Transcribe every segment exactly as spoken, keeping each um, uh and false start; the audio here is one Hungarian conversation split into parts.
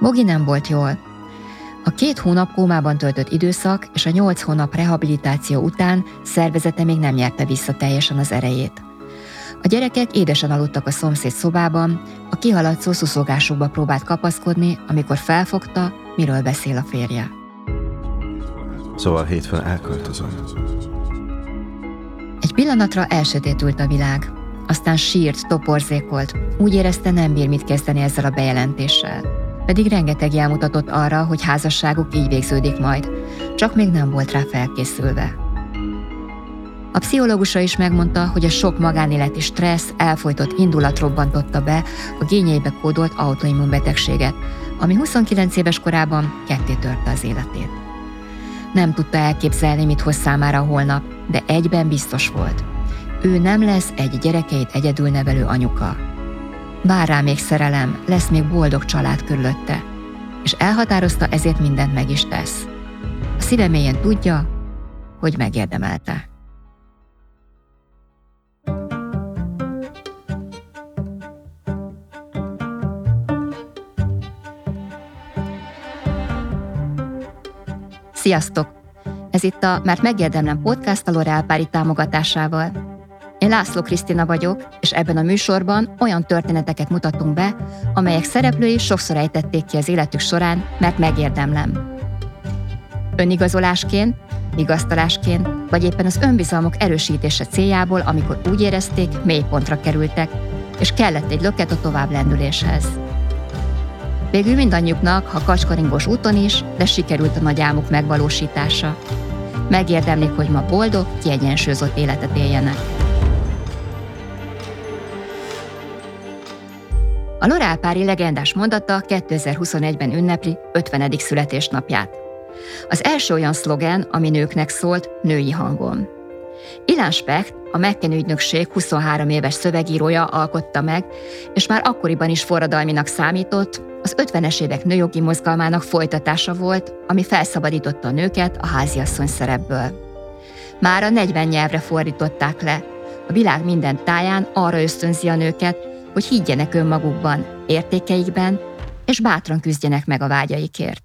Bogi nem volt jól. A két hónap kómában töltött időszak és a nyolc hónap rehabilitáció után szervezete még nem nyerte vissza teljesen az erejét. A gyerekek édesen aludtak a szomszéd szobában, a kihaladszó szuszogásukba próbált kapaszkodni, amikor felfogta, miről beszél a férje. Szóval hétfőn elköltözöm. Egy pillanatra elsötétült a világ. Aztán sírt, toporzékolt. Úgy érezte, nem bír mit kezdeni ezzel a bejelentéssel. Pedig rengeteg jel mutatott arra, hogy házasságuk így végződik majd. Csak még nem volt rá felkészülve. A pszichológusa is megmondta, hogy a sok magánéleti stressz, elfojtott indulat robbantotta be a génjeibe kódolt autoimmunbetegséget, ami huszonkilenc éves korában ketté törte az életét. Nem tudta elképzelni, mit hoz számára holnap, de egyben biztos volt. Ő nem lesz egy gyerekeit egyedül nevelő anyuka. Vár rá még szerelem, lesz még boldog család körülötte, és elhatározta, ezért mindent meg is tesz. A szíve mélyén tudja, hogy megérdemelte. Sziasztok! Ez itt a Mert megérdemlem podcast a L'Oréal Paris támogatásával. Én László Krisztina vagyok, és ebben a műsorban olyan történeteket mutatunk be, amelyek szereplői sokszor ejtették ki az életük során, mert megérdemlem. Önigazolásként, vigasztalásként, vagy éppen az önbizalmuk erősítése céljából, amikor úgy érezték, mélypontra kerültek, és kellett egy löket a továbblendüléshez. Végül mindannyiuknak, ha kacskaringós úton is, de sikerült a nagy álmuk megvalósítása. Megérdemlik, hogy ma boldog, kiegyensúlyozott életet éljenek. A L'Oréal Paris legendás mondata kétezer-huszonegyben ünnepli ötvenedik születésnapját. Az első olyan szlogen, ami nőknek szólt, női hangon. Ilan Specht, a McKinsey ügynökség huszonhárom éves szövegírója alkotta meg, és már akkoriban is forradalminak számított, az ötvenes évek nőjogi mozgalmának folytatása volt, ami felszabadította a nőket a háziasszony szerepből. Mára negyven nyelvre fordították le. A világ minden táján arra ösztönzi a nőket, hogy higgyenek önmagukban, értékeikben, és bátran küzdjenek meg a vágyaikért.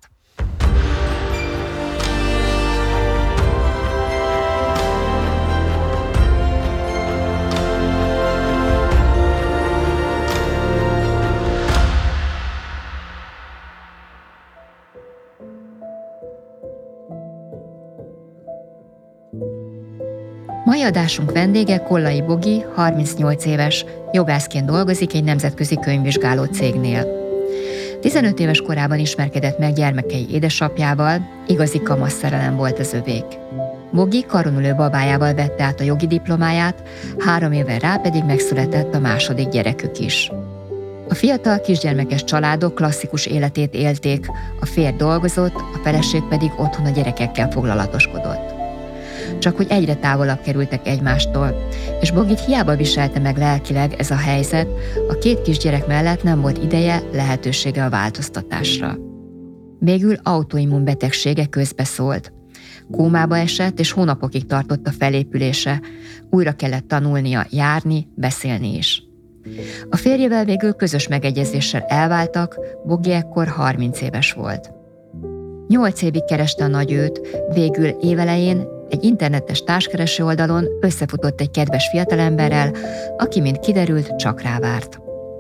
Mai adásunk vendége Kollai Bogi, harmincnyolc éves, jogászként dolgozik egy nemzetközi könyvvizsgáló cégnél. tizenöt éves korában ismerkedett meg gyermekei édesapjával, igazi kamasz szerelem volt az övék. Bogi karonülő babájával vette át a jogi diplomáját, három évvel rá pedig megszületett a második gyerekük is. A fiatal kisgyermekes családok klasszikus életét élték, a férj dolgozott, a feleség pedig otthon a gyerekekkel foglalatoskodott. Csak hogy egyre távolabb kerültek egymástól, és Bogit hiába viselte meg lelkileg ez a helyzet, a két kisgyerek mellett nem volt ideje, lehetősége a változtatásra. Végül autoimmunbetegsége közbeszólt. Kómába esett, és hónapokig tartott a felépülése. Újra kellett tanulnia járni, beszélni is. A férjével végül közös megegyezéssel elváltak, Bogi ekkor harminc éves volt. Nyolc évig kereste a nagy őt, végül évelején egy internetes társkereső oldalon összefutott egy kedves fiatalemberrel, aki, mint kiderült, csak rávárt.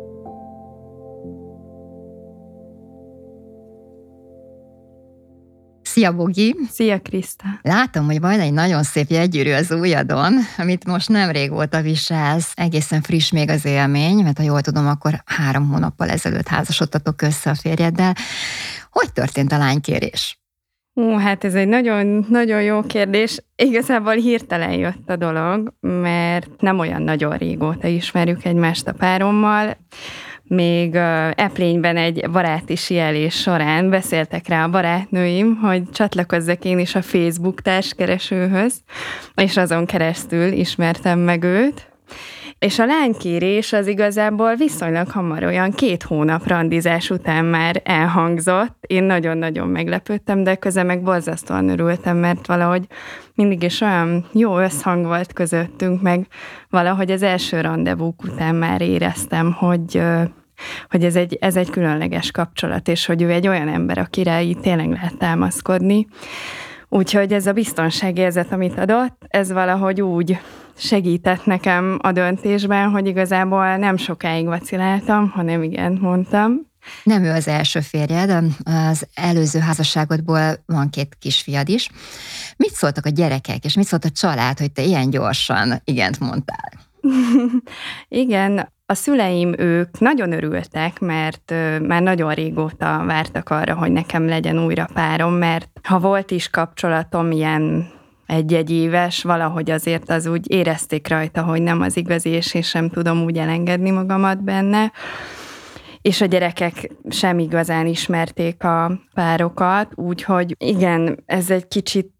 Szia, Bogi! Szia, Kriszta! Látom, hogy van egy nagyon szép jegygyűrű az ujjadon, amit most nem régóta viselsz. Egészen friss még az élmény, mert ha jól tudom, akkor három hónappal ezelőtt házasodtatok össze a férjeddel. Hogy történt a lánykérés? Ó, hát ez egy nagyon, nagyon jó kérdés. Igazából hirtelen jött a dolog, mert nem olyan nagyon régóta ismerjük egymást a párommal. Még uh, Eplényben egy baráti síelés során beszéltek rá a barátnőim, hogy csatlakozzak én is a Facebook társkeresőhöz, és azon keresztül ismertem meg őt. És a lánykérés az igazából viszonylag hamar, olyan két hónap randizás után már elhangzott. Én nagyon-nagyon meglepődtem, de közben meg borzasztóan örültem, mert valahogy mindig is olyan jó összhang volt közöttünk, meg valahogy az első randevúk után már éreztem, hogy hogy ez egy, ez egy különleges kapcsolat, és hogy ő egy olyan ember, akire így tényleg lehet támaszkodni. Úgyhogy ez a biztonságérzet, amit adott, ez valahogy úgy segített nekem a döntésben, hogy igazából nem sokáig vaciláltam, hanem igen, mondtam. Nem ő az első férjed, az előző házasságodból van két kisfiad is. Mit szóltak a gyerekek, és mit szólt a család, hogy te ilyen gyorsan igent mondtál? Igen, a szüleim ők nagyon örültek, mert már nagyon régóta vártak arra, hogy nekem legyen újra párom, mert ha volt is kapcsolatom ilyen egy-egy éves, valahogy azért az úgy érezték rajta, hogy nem az igazi, és én sem tudom úgy elengedni magamat benne. És a gyerekek sem igazán ismerték a párokat, úgyhogy igen, ez egy kicsit,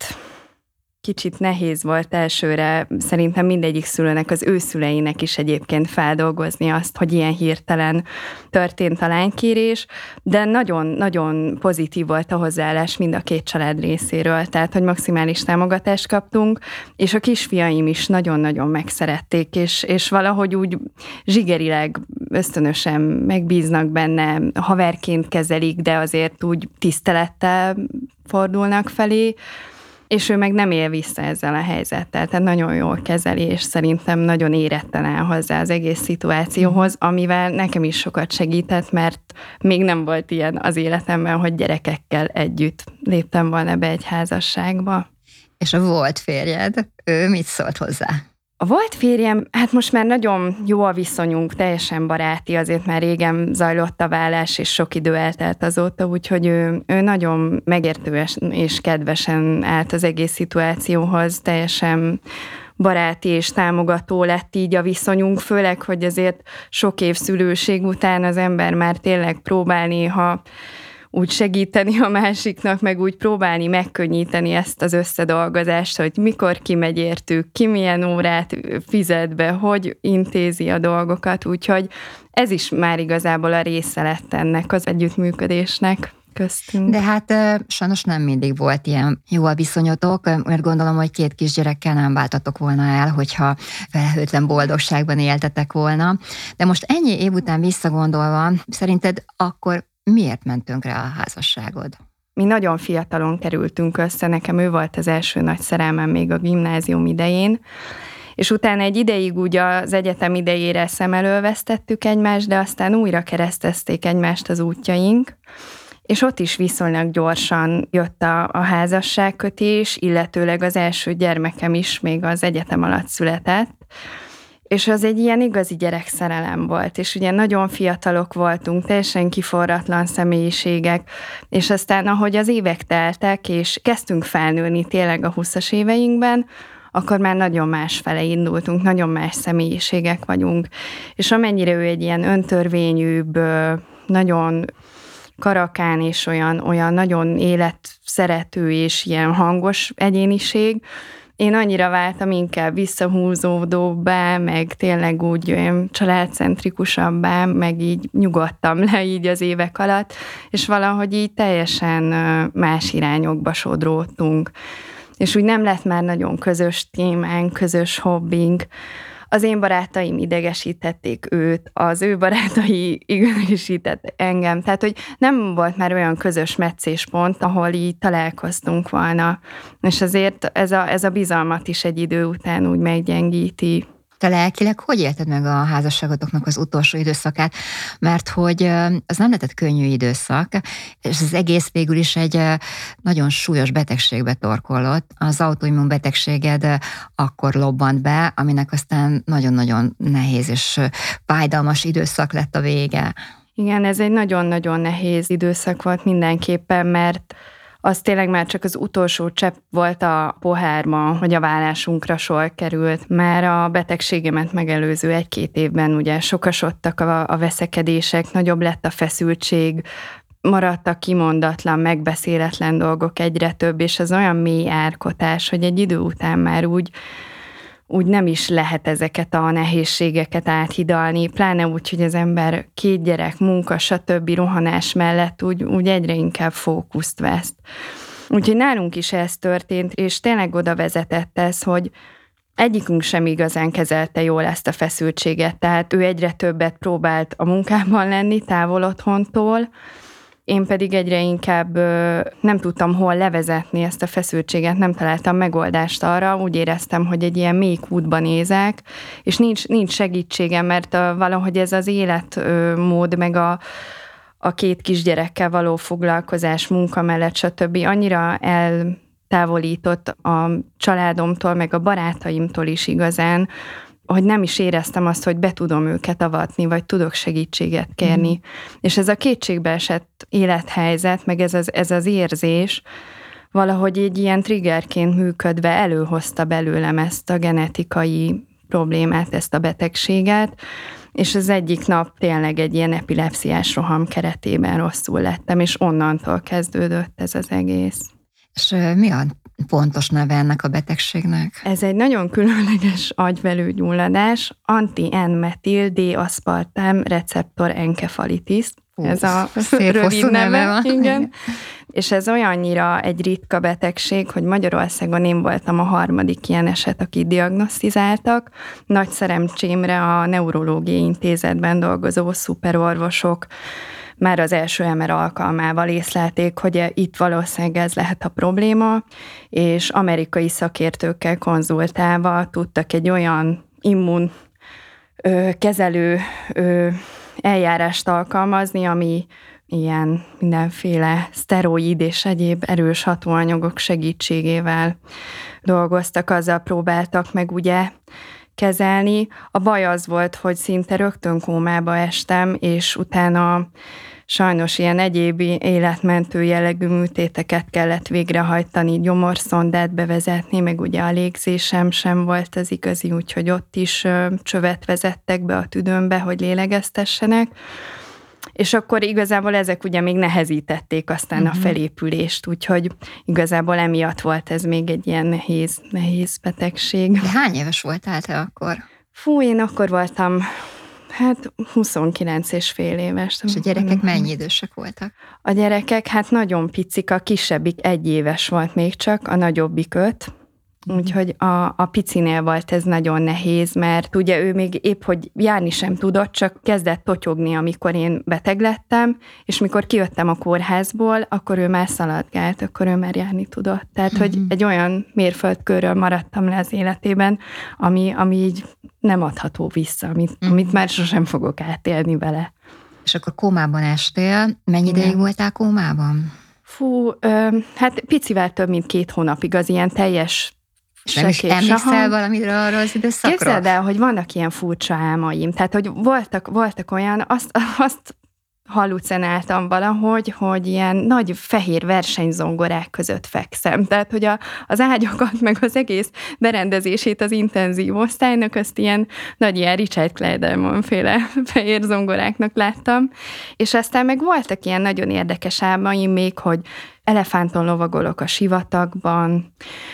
kicsit nehéz volt elsőre, szerintem mindegyik szülőnek, az ő szüleinek is egyébként feldolgozni azt, hogy ilyen hirtelen történt a lánykérés, de nagyon-nagyon pozitív volt a hozzáállás mind a két család részéről, tehát, hogy maximális támogatást kaptunk, és a kisfiaim is nagyon-nagyon megszerették, és, és valahogy úgy zsigerileg, ösztönösen megbíznak benne, haverként kezelik, de azért úgy tisztelettel fordulnak felé, és ő meg nem él vissza ezzel a helyzettel, tehát nagyon jól kezeli, és szerintem nagyon éretten áll hozzá az egész szituációhoz, amivel nekem is sokat segített, mert még nem volt ilyen az életemben, hogy gyerekekkel együtt léptem volna be egy házasságba. És a volt férjed, ő mit szólt hozzá? A volt férjem, hát most már nagyon jó a viszonyunk, teljesen baráti, azért már régen zajlott a vállás, és sok idő eltelt azóta, úgyhogy ő, ő nagyon megértően és kedvesen állt az egész szituációhoz, teljesen baráti és támogató lett így a viszonyunk, főleg, hogy azért sok év szülőség után az ember már tényleg próbál néha úgy segíteni a másiknak, meg úgy próbálni megkönnyíteni ezt az összedolgozást, hogy mikor kimegy értük, ki milyen órát fizet be, hogy intézi a dolgokat, úgyhogy ez is már igazából a része lett ennek az együttműködésnek köztünk. De hát sajnos nem mindig volt ilyen jó a viszonyotok, mert gondolom, hogy két kisgyerekkel nem váltatok volna el, hogyha felhőtlen boldogságban éltetek volna. De most ennyi év után visszagondolva, szerinted akkor miért ment tönkre a házasságod? Mi nagyon fiatalon kerültünk össze, nekem ő volt az első nagy szerelmem még a gimnázium idején, és utána egy ideig úgy az egyetem idejére szem elől vesztettük egymást, de aztán újra keresztezték egymást az útjaink, és ott is viszonylag gyorsan jött a, a házasságkötés, illetőleg az első gyermekem is még az egyetem alatt született, és az egy ilyen igazi gyerekszerelem volt, és ugye nagyon fiatalok voltunk, teljesen kiforratlan személyiségek, és aztán ahogy az évek teltek, és kezdtünk felnőni tényleg a huszas éveinkben, akkor már nagyon másfele indultunk, nagyon más személyiségek vagyunk, és amennyire ő egy ilyen öntörvényűbb, nagyon karakán és olyan, olyan nagyon életszerető és ilyen hangos egyéniség, én annyira váltam inkább visszahúzódóbbá, meg tényleg úgy olyan családcentrikusabbá, meg így nyugodtam le így az évek alatt, és valahogy így teljesen más irányokba sodródtunk. És úgy nem lett már nagyon közös témánk, közös hobbink. Az én barátaim idegesítették őt, az ő barátai idegesítettek engem. Tehát, hogy nem volt már olyan közös meccéspont, ahol így találkoztunk volna. És azért ez a, ez a bizalmat is egy idő után úgy meggyengíti. Te lelkileg hogy élted meg a házasságodoknak az utolsó időszakát? Mert hogy az nem lehetett könnyű időszak, és az egész végül is egy nagyon súlyos betegségbe torkollott. Az autoimmun betegséged akkor lobbant be, aminek aztán nagyon-nagyon nehéz és fájdalmas időszak lett a vége. Igen, ez egy nagyon-nagyon nehéz időszak volt mindenképpen, mert az tényleg már csak az utolsó csepp volt a pohárban, hogy a vállásunkra sor került. Már a betegségemet megelőző egy-két évben ugye sokasodtak a, a veszekedések, nagyobb lett a feszültség, maradtak kimondatlan, megbeszéletlen dolgok egyre több, és az olyan mély árkotás, hogy egy idő után már úgy, úgy nem is lehet ezeket a nehézségeket áthidalni, pláne úgy, hogy az ember két gyerek, munka, stb. Rohanás mellett úgy, úgy egyre inkább fókuszt veszt. Úgyhogy nálunk is ez történt, és tényleg oda vezetett ez, hogy egyikünk sem igazán kezelte jól ezt a feszültséget, tehát ő egyre többet próbált a munkában lenni, távol otthontól, én pedig egyre inkább nem tudtam hol levezetni ezt a feszültséget, nem találtam megoldást arra, úgy éreztem, hogy egy ilyen mély kútba nézek, és nincs, nincs segítségem, mert a, valahogy ez az életmód, meg a, a két kisgyerekkel való foglalkozás, munka mellett, stb. Annyira eltávolított a családomtól, meg a barátaimtól is igazán, hogy nem is éreztem azt, hogy be tudom őket avatni, vagy tudok segítséget kérni. Mm. És ez a kétségbeesett élethelyzet, meg ez az, ez az érzés valahogy egy ilyen triggerként működve előhozta belőlem ezt a genetikai problémát, ezt a betegséget, és az egyik nap tényleg egy ilyen epilepsziás roham keretében rosszul lettem, és onnantól kezdődött ez az egész. És mi a pontos neve ennek a betegségnek? Ez egy nagyon különleges agyvelőgyulladás, anti-N-metil D-aszpartám receptor enkefalitis. Ez a rövid neve. Van. Igen. És ez olyannyira egy ritka betegség, hogy Magyarországon én voltam a harmadik ilyen eset, akit diagnosztizáltak. Nagy szerencsémre a neurológiai intézetben dolgozó szuperorvosok már az első em er alkalmával észlelték, hogy itt valószínűleg ez lehet a probléma, és amerikai szakértőkkel konzultálva tudtak egy olyan immun ö, kezelő ö, eljárást alkalmazni, ami ilyen mindenféle szteroid és egyéb erős hatóanyagok segítségével dolgoztak, azzal próbáltak meg ugye kezelni. A baj az volt, hogy szinte rögtön kómába estem, és utána sajnos ilyen egyéb életmentő jellegű műtéteket kellett végrehajtani, gyomorszondát bevezetni, meg ugye a légzésem sem volt az igazi, úgyhogy ott is csövet vezettek be a tüdőmbe, hogy lélegeztessenek. És akkor igazából ezek ugye még nehezítették aztán uh-huh. a felépülést, úgyhogy igazából emiatt volt ez még egy ilyen nehéz, nehéz betegség. De hány éves voltál te akkor? Fú, én akkor voltam, hát huszonkilenc és fél éves. És a gyerekek mennyi idősek voltak? A gyerekek hát nagyon picik, a kisebbik egy éves volt még csak, a nagyobbik öt. Úgyhogy a, a picinél volt ez nagyon nehéz, mert ugye ő még épp, hogy járni sem tudott, csak kezdett totyogni, amikor én beteg lettem, és mikor kijöttem a kórházból, akkor ő már szaladgált, akkor ő már járni tudott. Tehát, mm-hmm. hogy egy olyan mérföldkörről maradtam le az életében, ami, ami így nem adható vissza, amit, mm-hmm. amit már sosem fogok átélni vele. És akkor kómában estél. Mennyi ideig Igen. voltál kómában? Fú, ö, hát picivel több, mint két hónapig, az ilyen teljes és nem is emlékszel valamire arról az időszakról? Képzeld el, hogy vannak ilyen furcsa álmaim. Tehát, hogy voltak, voltak olyan, azt, azt hallucináltam valahogy, hogy ilyen nagy fehér versenyzongorák között fekszem. Tehát, hogy a, az ágyakat, meg az egész berendezését az intenzív osztálynak, azt ilyen nagy ilyen Richard Kleiderman-féle fehér zongoráknak láttam. És aztán meg voltak ilyen nagyon érdekes álmaim még, hogy elefánton lovagolok a sivatagban,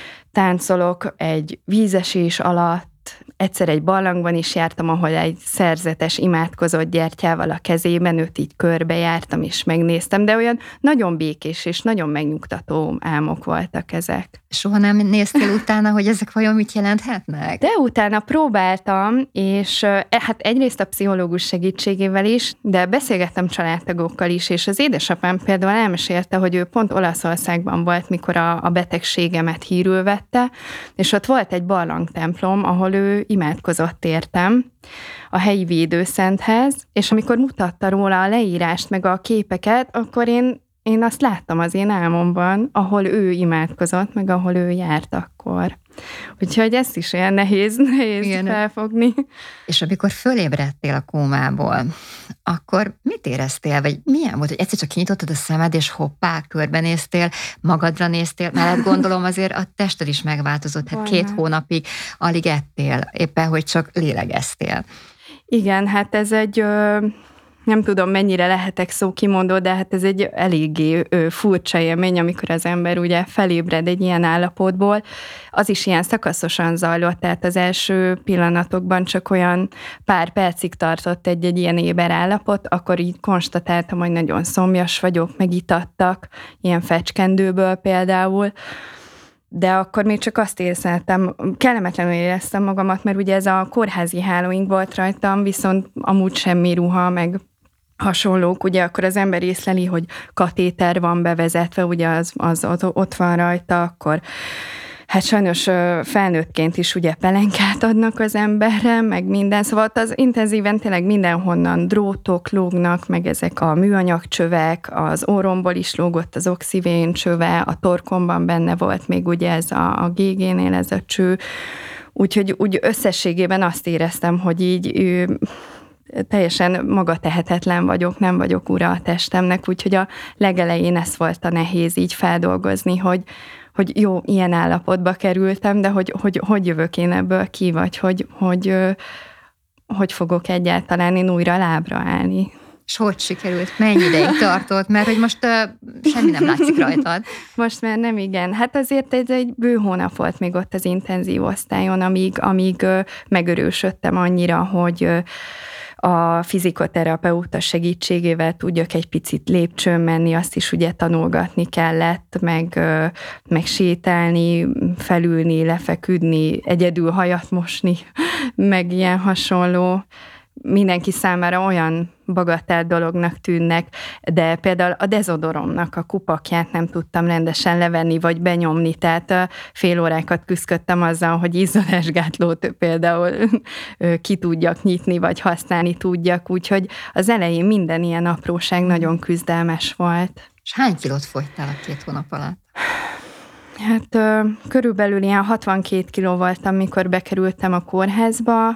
táncolok egy vízesés alatt, egyszer egy barlangban is jártam, ahol egy szerzetes imádkozott gyertyával a kezében, őt így körbejártam és megnéztem, de olyan nagyon békés és nagyon megnyugtató álmok voltak ezek. Soha nem néztél utána, hogy ezek vajon mit jelenthetnek? De utána próbáltam, és hát egyrészt a pszichológus segítségével is, de beszélgettem családtagokkal is, és az édesapám például elmesélte, hogy ő pont Olaszországban volt, mikor a, a betegségemet hírül vette, és ott volt egy barlangtemplom, ahol ő imádkozott értem a helyi védőszenthez, és amikor mutatta róla a leírást, meg a képeket, akkor én, én azt láttam az én álmomban, ahol ő imádkozott, meg ahol ő járt akkor. Úgyhogy ezt is olyan nehéz, nehéz Igen. felfogni. És amikor fölébredtél a kómából, akkor mit éreztél, vagy milyen volt, hogy egyszer csak kinyitottad a szemed, és hoppá, körbenéztél, magadra néztél, mellett gondolom azért a tested is megváltozott, hát két hónapig alig ettél, éppen, hogy csak lélegeztél. Igen, hát ez egy... Ö... nem tudom, mennyire lehetek szókimondó, de hát ez egy eléggé furcsa élmény, amikor az ember ugye felébred egy ilyen állapotból. Az is ilyen szakaszosan zajlott, tehát az első pillanatokban csak olyan pár percig tartott egy-egy ilyen éber állapot, akkor így konstatáltam, hogy nagyon szomjas vagyok, megitattak, ilyen fecskendőből például. de akkor még csak azt éreztem, kellemetlenül éreztem magamat, mert ugye ez a kórházi hálóink volt rajtam, viszont amúgy semmi ruha, meg hasonlók, ugye akkor az ember észleli, hogy katéter van bevezetve, ugye az, az ott van rajta, akkor hát sajnos felnőttként is ugye pelenkát adnak az emberre, meg minden, szóval az intenzíven tényleg mindenhonnan drótok lógnak, meg ezek a műanyag csövek, az orromból is lógott az oxivén csöve, a torkomban benne volt még ugye ez a, a gé génél ez a cső, úgyhogy úgy összességében azt éreztem, hogy így ő, teljesen magatehetetlen vagyok, nem vagyok ura a testemnek, úgyhogy a legelején ez volt a nehéz így feldolgozni, hogy hogy jó, ilyen állapotba kerültem, de hogy hogy, hogy jövök én ebből ki, vagy hogy, hogy, hogy fogok egyáltalán én újra lábra állni. És hogy sikerült? Mennyi ideig tartott? Mert hogy most uh, semmi nem látszik rajtad. Most már nem, igen. Hát azért ez egy bő hónap volt még ott az intenzív osztályon, amíg, amíg uh, megörősödtem annyira, hogy uh, a fizikoterapeuta segítségével tudjak egy picit lépcsőn menni, azt is ugye tanulgatni kellett, meg, meg sétálni, felülni, lefeküdni, egyedül hajat mosni, meg ilyen hasonló. Mindenki számára olyan bagatell dolognak tűnnek, de például a dezodoromnak a kupakját nem tudtam rendesen levenni, vagy benyomni, tehát fél órákat küzdöttem azzal, hogy izzadásgátlót például ki tudjak nyitni, vagy használni tudjak, úgyhogy az elején minden ilyen apróság nagyon küzdelmes volt. És hány kilót fogytál a két hónap alatt? Hát körülbelül ilyen hatvankét kiló voltam, mikor bekerültem a kórházba,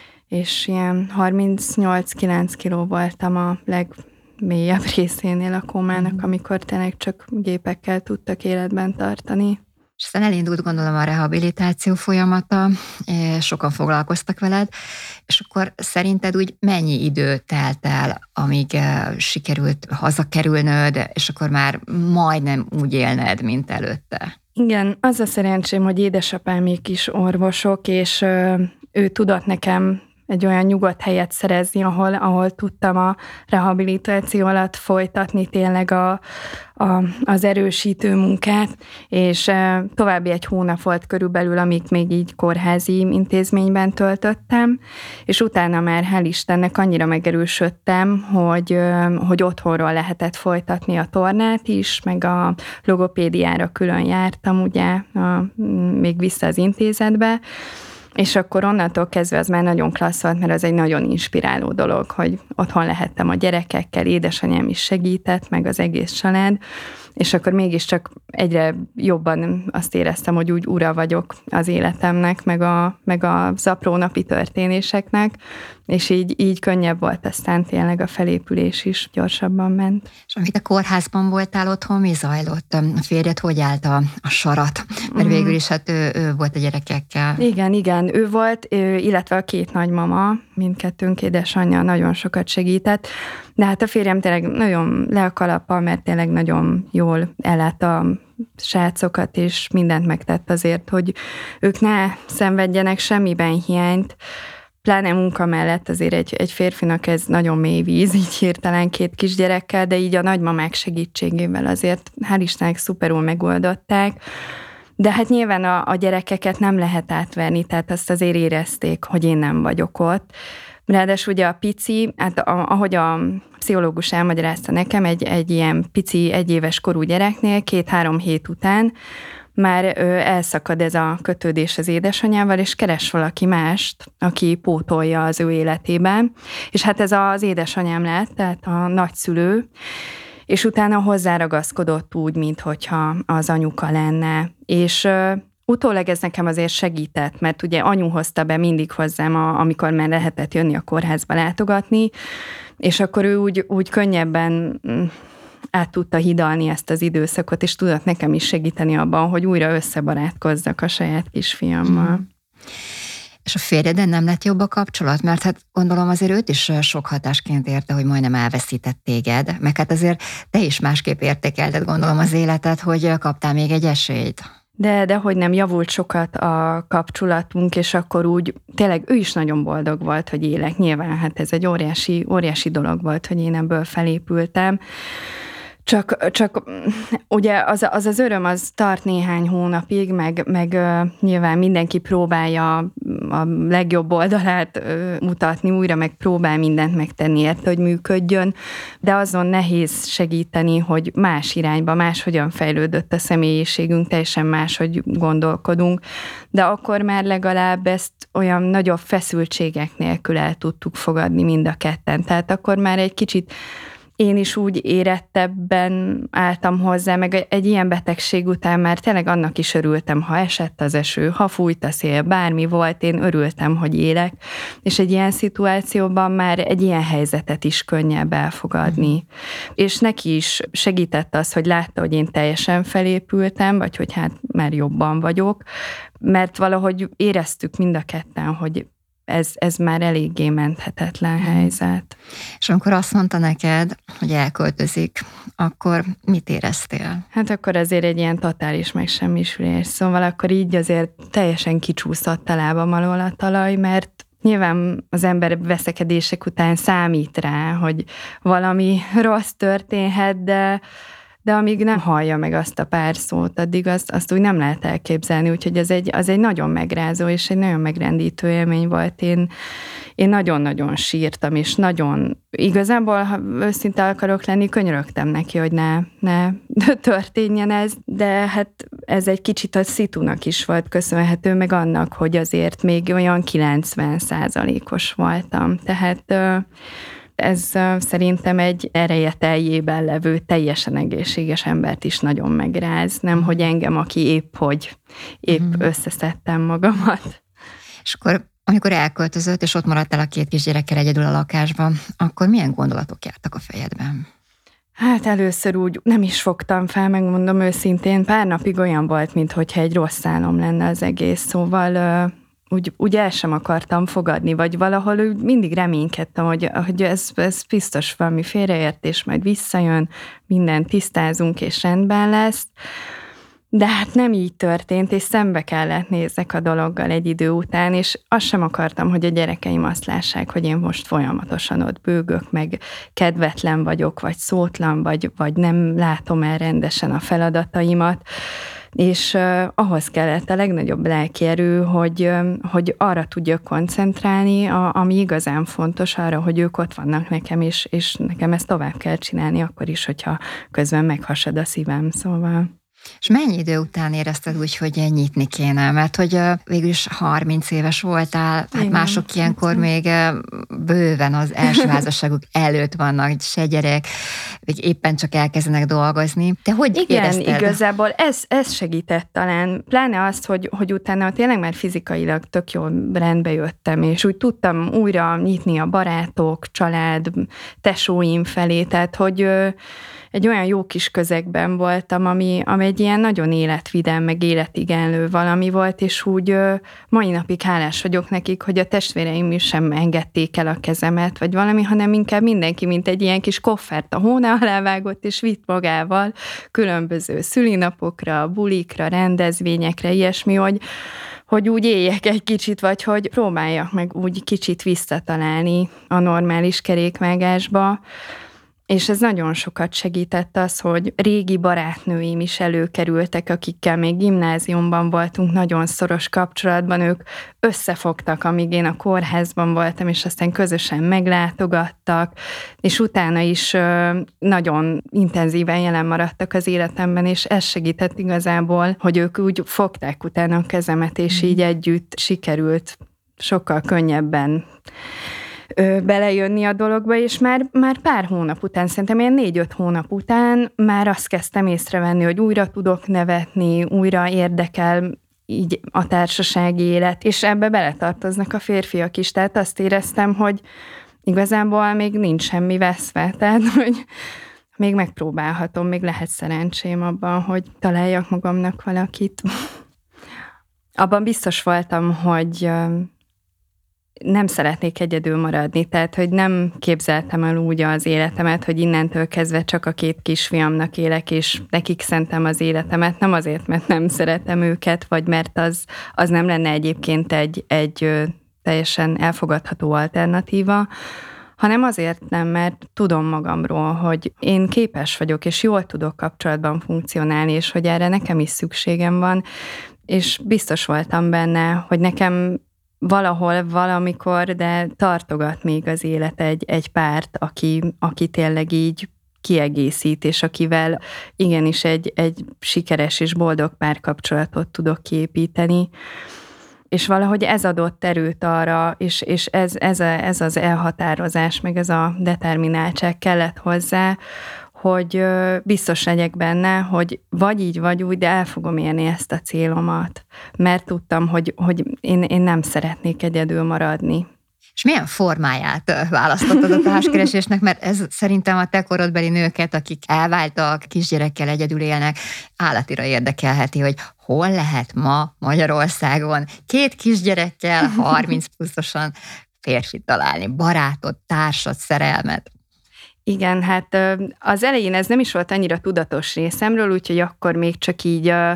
és ilyen harmincnyolc-kilenc kiló voltam a legmélyebb részénél a kómának, amikor tényleg csak gépekkel tudtak életben tartani. És aztán elindult, gondolom, a rehabilitáció folyamata, sokan foglalkoztak veled, és akkor szerinted úgy mennyi idő telt el, amíg sikerült hazakerülnöd, és akkor már majdnem úgy élned, mint előtte? Igen, az a szerencsém, hogy édesapámék is orvosok, és ő tudott nekem egy olyan nyugodt helyet szerezni, ahol, ahol tudtam a rehabilitáció alatt folytatni tényleg a, a, az erősítő munkát, és további egy hónap volt körülbelül, amíg még így kórházi intézményben töltöttem, és utána már hál' Istennek annyira megerősödtem, hogy, hogy otthonról lehetett folytatni a tornát is, meg a logopédiára külön jártam, ugye, a, még vissza az intézetbe, és akkor onnantól kezdve az már nagyon klassz volt, mert az egy nagyon inspiráló dolog, hogy otthon lehettem a gyerekekkel, édesanyám is segített, meg az egész család, és akkor mégiscsak egyre jobban azt éreztem, hogy úgy ura vagyok az életemnek, meg, a, meg az apró napi történéseknek, és így, így könnyebb volt aztán tényleg a felépülés is, gyorsabban ment. És amit a kórházban voltál otthon, mi zajlott? A férjed hogy állt a, a sarat? Mert végül is hát ő, ő volt a gyerekekkel. Igen, igen, ő volt, ő, illetve a két nagymama, mindkettőnk édesanyja nagyon sokat segített, de hát a férjem tényleg nagyon le a kalappal, mert tényleg nagyon jól ellátta a srácokat, és mindent megtett azért, hogy ők ne szenvedjenek semmiben hiányt, pláne munka mellett azért egy, egy férfinak ez nagyon mély víz, így hirtelen két kisgyerekkel, de így a nagymamák segítségével azért hál' Istennek szuperul megoldották. De hát nyilván a, a gyerekeket nem lehet átverni, tehát azt azért érezték, hogy én nem vagyok ott. Ráadásul ugye a pici, hát a, ahogy a pszichológus elmagyarázta nekem, egy, egy ilyen pici egyéves korú gyereknél két-három hét után már ö, elszakad ez a kötődés az édesanyával, és keres valaki mást, aki pótolja az ő életében. És hát ez az édesanyám lett, tehát a nagyszülő, és utána hozzáragaszkodott úgy, minthogyha az anyuka lenne. És ö, utólag ez nekem azért segített, mert ugye anyu hozta be mindig hozzám, a, amikor már lehetett jönni a kórházba látogatni, és akkor ő úgy, úgy könnyebben át tudta hidalni ezt az időszakot, és tudott nekem is segíteni abban, hogy újra összebarátkozzak a saját kisfiammal. Mm. És a férjeden nem lett jobb a kapcsolat? Mert hát gondolom azért őt is sok hatásként érte, hogy majdnem elveszített téged, meg hát azért te is másképp értékelted, gondolom, az életet, hogy kaptál még egy esélyt. De, de hogy nem javult sokat a kapcsolatunk, és akkor úgy tényleg ő is nagyon boldog volt, hogy élek. Nyilván hát ez egy óriási, óriási dolog volt, hogy én ebből felépültem. Csak, csak ugye az, az az öröm az tart néhány hónapig, meg, meg uh, nyilván mindenki próbálja a legjobb oldalát uh, mutatni, újra meg próbál mindent megtenni érte, hogy működjön, de azon nehéz segíteni, hogy más irányba, máshogyan fejlődött a személyiségünk, teljesen máshogy gondolkodunk, de akkor már legalább ezt olyan nagyobb feszültségek nélkül el tudtuk fogadni mind a ketten. Tehát akkor már egy kicsit én is úgy érettebben álltam hozzá, meg egy ilyen betegség után már tényleg annak is örültem, ha esett az eső, ha fújt a szél, bármi volt, én örültem, hogy élek, és egy ilyen szituációban már egy ilyen helyzetet is könnyebb elfogadni. Mm. És neki is segített az, hogy látta, hogy én teljesen felépültem, vagy hogy hát már jobban vagyok, mert valahogy éreztük mind a ketten, hogy Ez, ez már eléggé menthetetlen helyzet. És amikor azt mondta neked, hogy elköltözik, akkor mit éreztél? Hát akkor azért egy ilyen totális megsemmisülés. Szóval akkor így azért teljesen kicsúszott a lábam alól a talaj, mert nyilván az ember veszekedések után számít rá, hogy valami rossz történhet, de de amíg nem hallja meg azt a pár szót, addig azt, azt úgy nem lehet elképzelni, úgyhogy ez egy, az egy nagyon megrázó és egy nagyon megrendítő élmény volt. Én, én nagyon-nagyon sírtam, és nagyon, igazából, ha őszinte akarok lenni, könyörögtem neki, hogy ne, ne történjen ez, de hát ez egy kicsit a szitunak is volt köszönhető, meg annak, hogy azért még olyan kilencven százalékos voltam. Tehát ez szerintem egy ereje teljében levő, teljesen egészséges embert is nagyon megráz, nem hogy engem, aki épp hogy, épp mm. összeszedtem magamat. És akkor, amikor elköltözött, és ott maradtál a két kisgyerekkel egyedül a lakásban, akkor milyen gondolatok jártak a fejedben? Hát először úgy nem is fogtam fel, megmondom őszintén, pár napig olyan volt, mintha egy rossz álom lenne az egész, szóval Úgy, úgy el sem akartam fogadni, vagy valahol úgy mindig reménykedtem, hogy, hogy ez, ez biztos valami félreértés, majd visszajön, mindent tisztázunk, és rendben lesz. De hát nem így történt, és szembe kellett nézzek a dologgal egy idő után, és azt sem akartam, hogy a gyerekeim azt lássák, hogy én most folyamatosan ott bőgök, meg kedvetlen vagyok, vagy szótlan, vagy, vagy nem látom el rendesen a feladataimat. És uh, ahhoz kellett a legnagyobb lelkierő, hogy, uh, hogy arra tudjak koncentrálni, a, ami igazán fontos, arra, hogy ők ott vannak nekem, és, és nekem ezt tovább kell csinálni, akkor is, hogyha közben meghasad a szívem, szóval... És mennyi idő után érezted úgy, hogy nyitni kéne? Mert hogy végül is harminc éves voltál, hát igen, mások ilyenkor hát még bőven az első házasságuk előtt vannak, se gyerek, vagy éppen csak elkezdenek dolgozni. Te hogy igen, érezted? Igazából ez, ez segített talán. Pláne azt, hogy, hogy utána tényleg már fizikailag tök jól rendbe jöttem, és úgy tudtam újra nyitni a barátok, család, tesóim felé, tehát hogy egy olyan jó kis közegben voltam, ami, ami egy ilyen nagyon életvidám, meg életigenlő valami volt, és úgy ö, mai napig hálás vagyok nekik, hogy a testvéreim is sem engedték el a kezemet, vagy valami, hanem inkább mindenki, mint egy ilyen kis koffert a hóna alá vágott, és vitt magával különböző szülinapokra, bulikra, rendezvényekre, ilyesmi, hogy hogy úgy éljek egy kicsit, vagy hogy próbáljak meg úgy kicsit visszatalálni a normális kerékvágásba. És ez nagyon sokat segített az, hogy régi barátnőim is előkerültek, akikkel még gimnáziumban voltunk nagyon szoros kapcsolatban, ők összefogtak, amíg én a kórházban voltam, és aztán közösen meglátogattak, és utána is nagyon intenzíven jelen maradtak az életemben, és ez segített igazából, hogy ők úgy fogták utána a kezemet, és így együtt sikerült sokkal könnyebben belejönni a dologba, és már, már pár hónap után, szerintem ilyen négy-öt hónap után már azt kezdtem észrevenni, hogy újra tudok nevetni, újra érdekel így a társasági élet, és ebbe beletartoznak a férfiak is, tehát azt éreztem, hogy igazából még nincs semmi veszve, tehát hogy még megpróbálhatom, még lehet szerencsém abban, hogy találjak magamnak valakit. Abban biztos voltam, hogy nem szeretnék egyedül maradni, tehát, hogy nem képzeltem el úgy az életemet, hogy innentől kezdve csak a két kisfiamnak élek, és nekik szentem az életemet, nem azért, mert nem szeretem őket, vagy mert az, az nem lenne egyébként egy, egy teljesen elfogadható alternatíva, hanem azért nem, mert tudom magamról, hogy én képes vagyok, és jól tudok kapcsolatban funkcionálni, és hogy erre nekem is szükségem van, és biztos voltam benne, hogy nekem valahol, valamikor, de tartogat még az élet egy, egy párt, aki, aki tényleg így kiegészít, és akivel igenis egy, egy sikeres és boldog párkapcsolatot tudok kiépíteni. És valahogy ez adott erőt arra, és, és ez, ez, a, ez az elhatározás, meg ez a determináltság kellett hozzá, hogy biztos legyek benne, hogy vagy így, vagy úgy, de el fogom érni ezt a célomat. Mert tudtam, hogy, hogy én, én nem szeretnék egyedül maradni. És milyen formáját választottad a társkeresésnek, mert ez szerintem a te korodbeli nőket, akik elváltak, kisgyerekkel egyedül élnek, állatira érdekelheti, hogy hol lehet ma Magyarországon két kisgyerekkel, harminc pluszosan férfit találni, barátot, társat, szerelmet. Igen, hát az elején ez nem is volt annyira tudatos részemről, úgyhogy akkor még csak így a,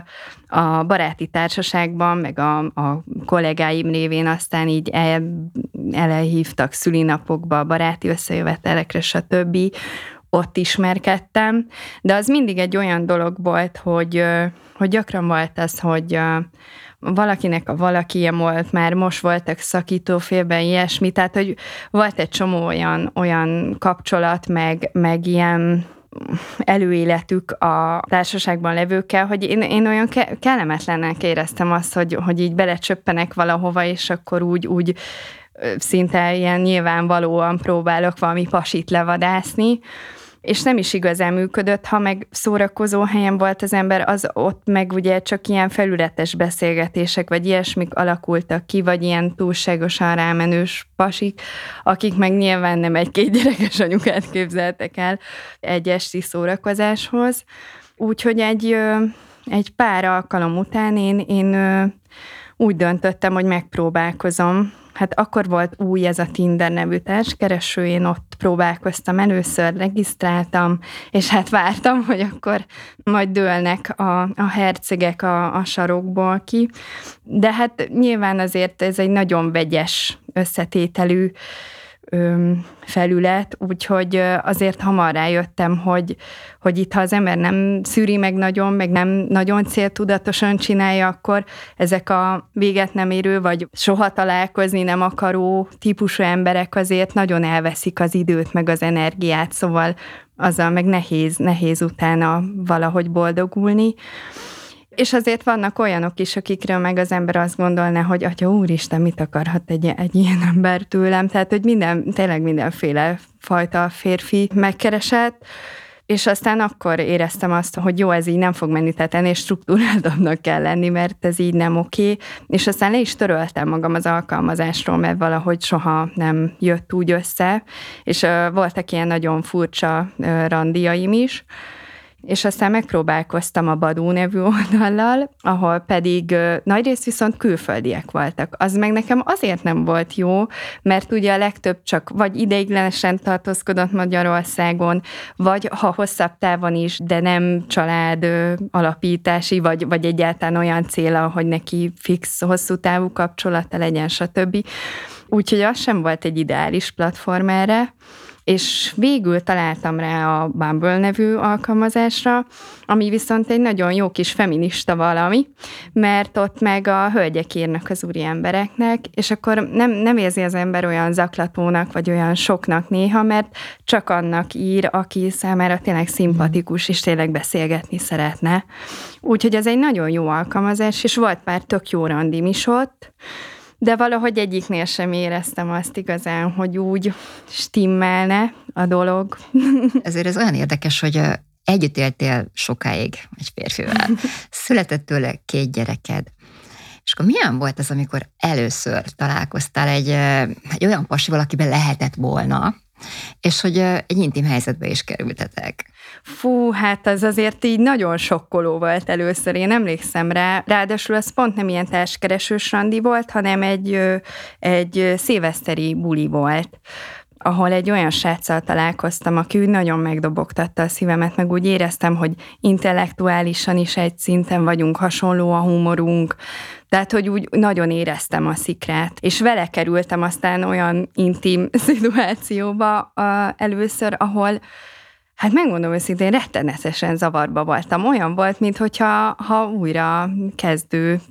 a baráti társaságban, meg a, a kollégáim révén aztán így el, elhívtak szülinapokba, baráti összejövetelekre, stb. Ott ismerkedtem, de az mindig egy olyan dolog volt, hogy, hogy gyakran volt az, hogy valakinek a valakije volt, már most voltak szakítófélben ilyesmi, tehát hogy volt egy csomó olyan, olyan kapcsolat, meg, meg ilyen előéletük a társaságban levőkkel, hogy én, én olyan ke- kellemetlennek éreztem azt, hogy, hogy így belecsöppenek valahova, és akkor úgy, úgy szinte ilyen nyilvánvalóan próbálok valami pasit levadászni, és nem is igazán működött, ha meg szórakozó helyen volt az ember, az ott meg ugye csak ilyen felületes beszélgetések, vagy ilyesmik alakultak ki, vagy ilyen túlságosan rámenős pasik, akik meg nyilván nem egy-két gyerekes anyukát képzeltek el egy esti szórakozáshoz. Úgyhogy egy, egy pár alkalom után én, én úgy döntöttem, hogy megpróbálkozom. Hát akkor volt új ez a Tinder nevű társkereső, én ott próbálkoztam először, regisztráltam, és hát vártam, hogy akkor majd dőlnek a, a hercegek a, a sarokból ki. De hát nyilván azért ez egy nagyon vegyes összetételű felület, úgyhogy azért hamar rájöttem, hogy, hogy itt, ha az ember nem szűri meg nagyon, meg nem nagyon céltudatosan csinálja, akkor ezek a véget nem érő, vagy soha találkozni nem akaró típusú emberek azért nagyon elveszik az időt, meg az energiát, szóval azzal meg nehéz, nehéz utána valahogy boldogulni. És azért vannak olyanok is, akikről meg az ember azt gondolná, hogy atya úristen, mit akarhat egy, egy ilyen ember tőlem? Tehát, hogy minden, tényleg mindenféle fajta férfi megkeresett, és aztán akkor éreztem azt, hogy jó, ez így nem fog menni, tehát ennél struktúráltabbnak kell lenni, mert ez így nem oké. És aztán le is töröltem magam az alkalmazásról, mert valahogy soha nem jött úgy össze, és uh, voltak ilyen nagyon furcsa uh, randiaim is, és aztán megpróbálkoztam a Badoo nevű oldallal, ahol pedig nagyrészt viszont külföldiek voltak. Az meg nekem azért nem volt jó, mert ugye a legtöbb csak vagy ideiglenesen tartózkodott Magyarországon, vagy ha hosszabb távon is, de nem család alapítási, vagy, vagy egyáltalán olyan céla, hogy neki fix, hosszú távú kapcsolata legyen, stb. Úgyhogy az sem volt egy ideális platform erre, és végül találtam rá a Bumble nevű alkalmazásra, ami viszont egy nagyon jó kis feminista valami, mert ott meg a hölgyek írnak az úri embereknek, és akkor nem, nem érzi az ember olyan zaklatónak, vagy olyan soknak néha, mert csak annak ír, aki számára tényleg szimpatikus, és tényleg beszélgetni szeretne. Úgyhogy ez egy nagyon jó alkalmazás, és volt pár tök jó randim is ott, de valahogy egyiknél sem éreztem azt igazán, hogy úgy stimmelne a dolog. Ezért ez olyan érdekes, hogy együtt éltél sokáig egy férfivel. Született tőle két gyereked. És akkor milyen volt az, amikor először találkoztál egy, egy olyan pasival, akiben lehetett volna, és hogy egy intim helyzetbe is kerültetek? Fú, hát az azért így nagyon sokkoló volt először, én emlékszem rá. Ráadásul az pont nem ilyen társkeresős randi volt, hanem egy, egy szilveszteri buli volt, ahol egy olyan sráccal találkoztam, aki úgy nagyon megdobogtatta a szívemet, meg úgy éreztem, hogy intellektuálisan is egy szinten vagyunk, hasonló a humorunk, Tehát, hogy úgy nagyon éreztem a szikrát, és vele kerültem aztán olyan intim szituációba a, először, ahol, hát megmondom őszintén, rettenetesen zavarba voltam. Olyan volt, mintha ha újra kezdő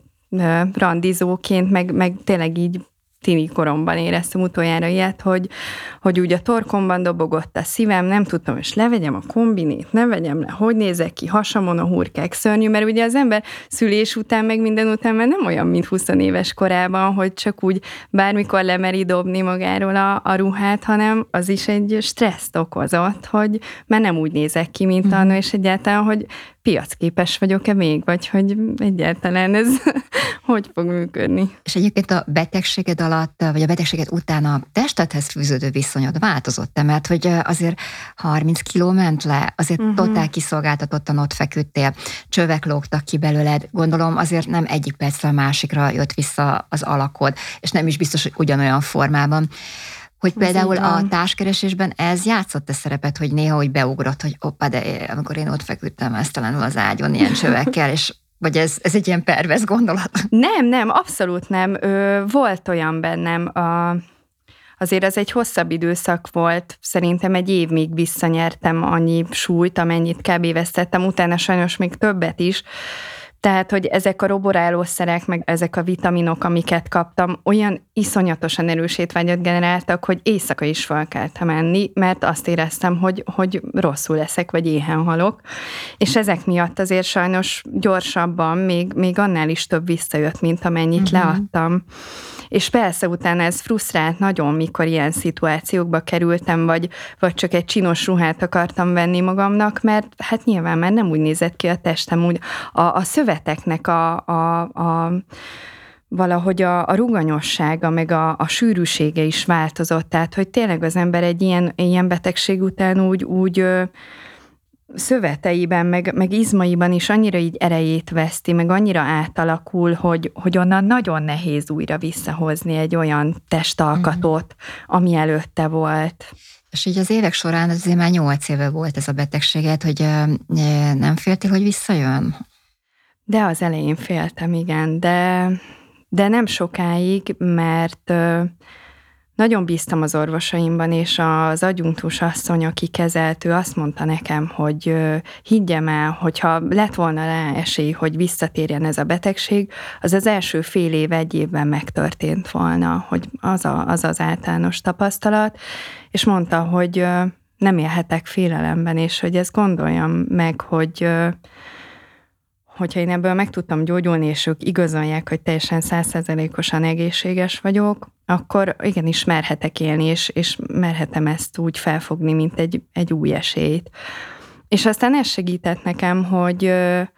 randizóként, meg, meg tényleg így tini koromban éreztem utoljára ilyet, hogy, hogy úgy a torkomban dobogott a szívem, nem tudtam, és levegyem a kombinét, ne vegyem le, hogy nézek ki, hasamon a hurkák, szörnyű, mert ugye az ember szülés után, meg minden után már nem olyan, mint húsz éves korában, hogy csak úgy bármikor lemeri dobni magáról a, a ruhát, hanem az is egy stresszt okozott, hogy már nem úgy nézek ki, mint mm. anno, és egyáltalán, hogy piacképes vagyok-e még, vagy hogy egyáltalán ez hogy fog működni. És egyébként a betegséged alatt, vagy a betegséged után a testedhez fűződő viszonyod változott-e? Mert hogy azért harminc kiló ment le, azért uh-huh. totál kiszolgáltatottan ott feküdtél, csövek lógtak ki belőled, gondolom azért nem egyik percre a másikra jött vissza az alakod, és nem is biztos, hogy ugyanolyan formában. Hogy például a társkeresésben ez játszott a szerepet, hogy néha úgy beugrott, hogy oppa, de amikor én ott feküdtem mesztelenül az ágyon ilyen csövekkel, és vagy ez, ez egy ilyen pervers gondolat? Nem, nem, abszolút nem. Ö, volt olyan bennem, a, azért az egy hosszabb időszak volt, szerintem egy év még visszanyertem annyi súlyt, amennyit kb. Vesztettem, utána sajnos még többet is. Tehát, hogy ezek a roborálószerek, meg ezek a vitaminok, amiket kaptam, olyan iszonyatosan erős étvágyat generáltak, hogy éjszaka is fel kellett menni, mert azt éreztem, hogy, hogy rosszul leszek, vagy éhen halok. És ezek miatt azért sajnos gyorsabban, még, még annál is több visszajött, mint amennyit uh-huh. leadtam. És persze utána ez frusztrált nagyon, mikor ilyen szituációkba kerültem, vagy, vagy csak egy csinos ruhát akartam venni magamnak, mert hát nyilván már nem úgy nézett ki a testem, úgy a, a szöveteknek a, a, a valahogy a, a ruganyossága, meg a, a sűrűsége is változott, tehát hogy tényleg az ember egy ilyen, ilyen betegség után úgy, úgy szöveteiben, meg, meg izmaiban is annyira így erejét veszti, meg annyira átalakul, hogy, hogy onnan nagyon nehéz újra visszahozni egy olyan testalkatot, ami előtte volt. És így az évek során azért már nyolc éve volt ez a betegséged, hogy nem féltél, hogy visszajön? De az elején féltem, igen, de, de nem sokáig, mert nagyon bíztam az orvosaimban, és az adjunktus asszony, aki kezelt, ő azt mondta nekem, hogy higgyem el, hogyha lett volna rá esély, hogy visszatérjen ez a betegség, az az első fél év, egy évben megtörtént volna, hogy az a, az, az általános tapasztalat, és mondta, hogy nem élhetek félelemben, és hogy ezt gondoljam meg, hogy hogyha én ebből meg tudtam gyógyulni, és ők igazolják, hogy teljesen száz százalékosan egészséges vagyok, akkor igenis merhetek élni, és, és merhetem ezt úgy felfogni, mint egy, egy új esélyt. És aztán ez segített nekem, hogy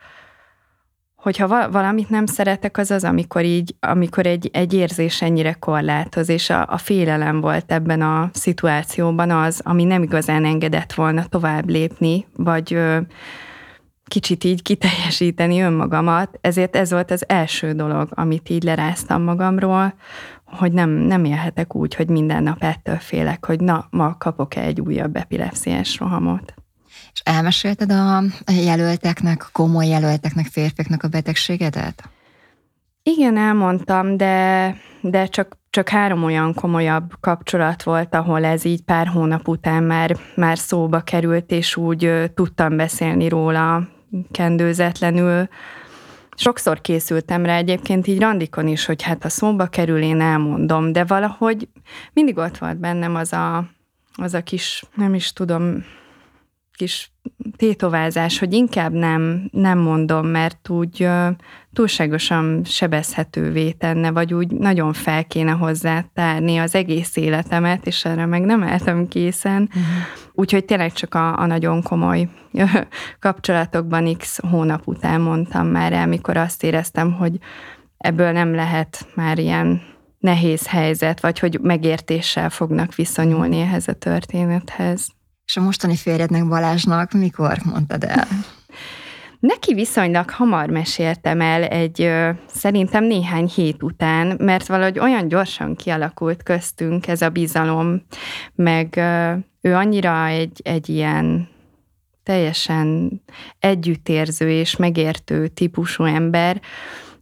hogyha valamit nem szeretek, az az, amikor így, amikor egy, egy érzés ennyire korlátoz, és a, a félelem volt ebben a szituációban az, ami nem igazán engedett volna tovább lépni, vagy kicsit így kiteljesíteni önmagamat, ezért ez volt az első dolog, amit így leráztam magamról, hogy nem, nem élhetek úgy, hogy minden nap ettől félek, hogy na, ma kapok-e egy újabb epilepsziás rohamot. És elmesélted a jelölteknek, komoly jelölteknek, férfiaknak a betegségedet? Igen, elmondtam, de, de csak, csak három olyan komolyabb kapcsolat volt, ahol ez így pár hónap után már, már szóba került, és úgy tudtam beszélni róla kendőzetlenül. Sokszor készültem rá egyébként így randikon is, hogy hát ha szóba kerül, én elmondom, de valahogy mindig ott volt bennem az a, az a kis, nem is tudom, kis tétovázás, hogy inkább nem, nem mondom, mert úgy uh, túlságosan sebezhetővé tenne, vagy úgy nagyon fel kéne hozzátárni az egész életemet, és erre meg nem álltam készen. Uh-huh. Úgyhogy tényleg csak a, a nagyon komoly kapcsolatokban x hónap után mondtam már el, mikor azt éreztem, hogy ebből nem lehet már ilyen nehéz helyzet, vagy hogy megértéssel fognak viszonyulni ehhez a történethez. És a mostani férjednek, Balázsnak mikor mondtad el? Neki viszonylag hamar meséltem el egy, szerintem néhány hét után, mert valahogy olyan gyorsan kialakult köztünk ez a bizalom, meg ő annyira egy, egy ilyen teljesen együttérző és megértő típusú ember,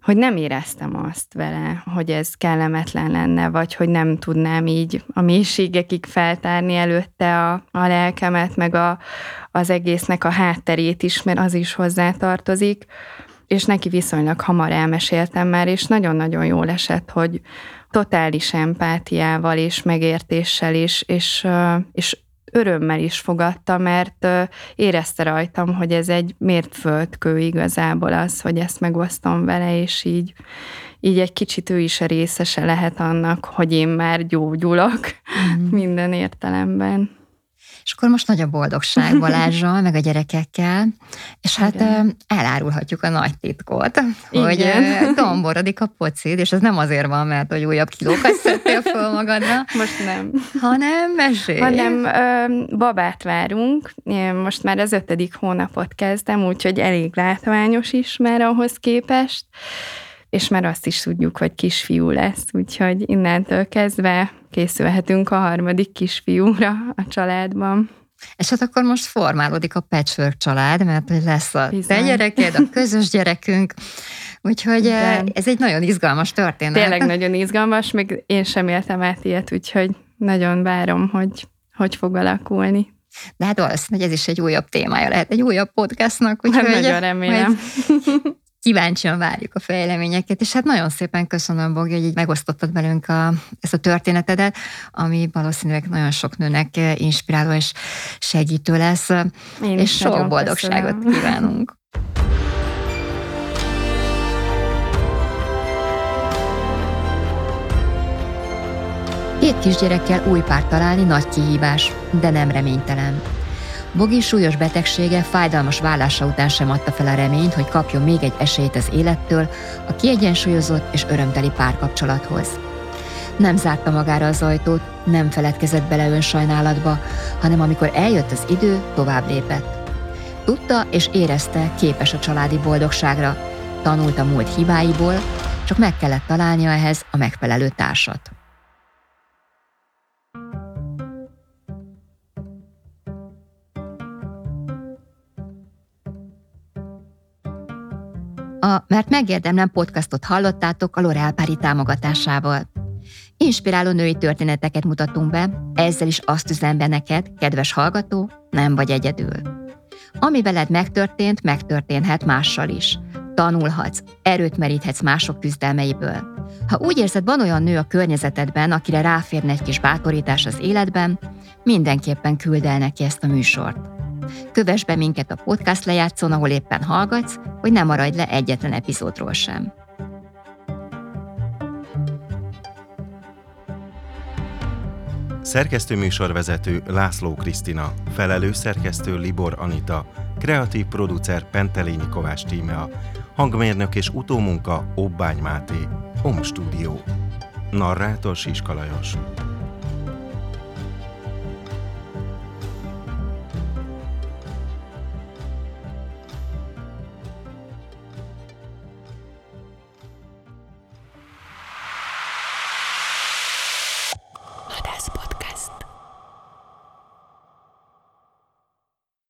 hogy nem éreztem azt vele, hogy ez kellemetlen lenne, vagy hogy nem tudnám így a mélységekig feltárni előtte a, a lelkemet, meg a, az egésznek a hátterét is, mert az is hozzátartozik, és neki viszonylag hamar elmeséltem már, és nagyon-nagyon jól esett, hogy totális empátiával és megértéssel is, és, és örömmel is fogadta, mert érezte rajtam, hogy ez egy mértföldkő igazából az, hogy ezt megosztom vele, és így, így egy kicsit ő is a részese lehet annak, hogy én már gyógyulok mm. minden értelemben. És akkor most nagy a boldogság Balázsral, meg a gyerekekkel, és hát igen. elárulhatjuk a nagy titkot, hogy igen. domborodik a pocid, és ez nem azért van, mert hogy újabb kilókat szedtél föl magadra. Most nem. Hanem mesélj. Hanem ö, babát várunk, én most már az ötödik hónapot kezdem, úgyhogy elég látványos is már ahhoz képest, és már azt is tudjuk, hogy kisfiú lesz, úgyhogy innentől kezdve készülhetünk a harmadik kisfiúra a családban. És hát akkor most formálódik a patchwork család, mert lesz a Bizony. te gyereked, a közös gyerekünk, úgyhogy de ez egy nagyon izgalmas történet. Tényleg nagyon izgalmas, még én sem éltem át ilyet, úgyhogy nagyon várom, hogy hogy fog alakulni. De hát valószínűleg ez is egy újabb témája lehet, egy újabb podcastnak, úgyhogy nagyon remélem. Kíváncsian várjuk a fejleményeket, és hát nagyon szépen köszönöm, Bogi, hogy így megosztottad velünk a, ezt a történetedet, ami valószínűleg nagyon sok nőnek inspiráló és segítő lesz, Én és sok boldogságot köszönöm. Kívánunk. Két kisgyerekkel új párt találni nagy kihívás, de nem reménytelen. Bogi súlyos betegsége, fájdalmas vállása után sem adta fel a reményt, hogy kapjon még egy esélyt az élettől a kiegyensúlyozott és örömteli párkapcsolathoz. Nem zárta magára az ajtót, nem feledkezett bele önsajnálatba, hanem amikor eljött az idő, tovább lépett. Tudta és érezte, képes a családi boldogságra, tanult a múlt hibáiból, csak meg kellett találnia ehhez a megfelelő társat. A Mert megérdemlem podcastot hallottátok a L'Oréal Paris támogatásával. Inspiráló női történeteket mutatunk be, ezzel is azt üzenem be neked, kedves hallgató, nem vagy egyedül. Ami veled megtörtént, megtörténhet mással is. Tanulhatsz, erőt meríthetsz mások küzdelmeiből. Ha úgy érzed, van olyan nő a környezetedben, akire ráférne egy kis bátorítás az életben, mindenképpen küld el neki ezt a műsort. Kövess be minket a podcast lejátszón, ahol éppen hallgatsz, hogy ne maradj le egyetlen epizódról sem. Szerkesztő műsorvezető László Krisztina, felelős szerkesztő Libor Anita, kreatív producer Pentelényi Kovács Tímea, hangmérnök és utómunka Obbány Máté, Home Studio. Narrátor Siska Lajos.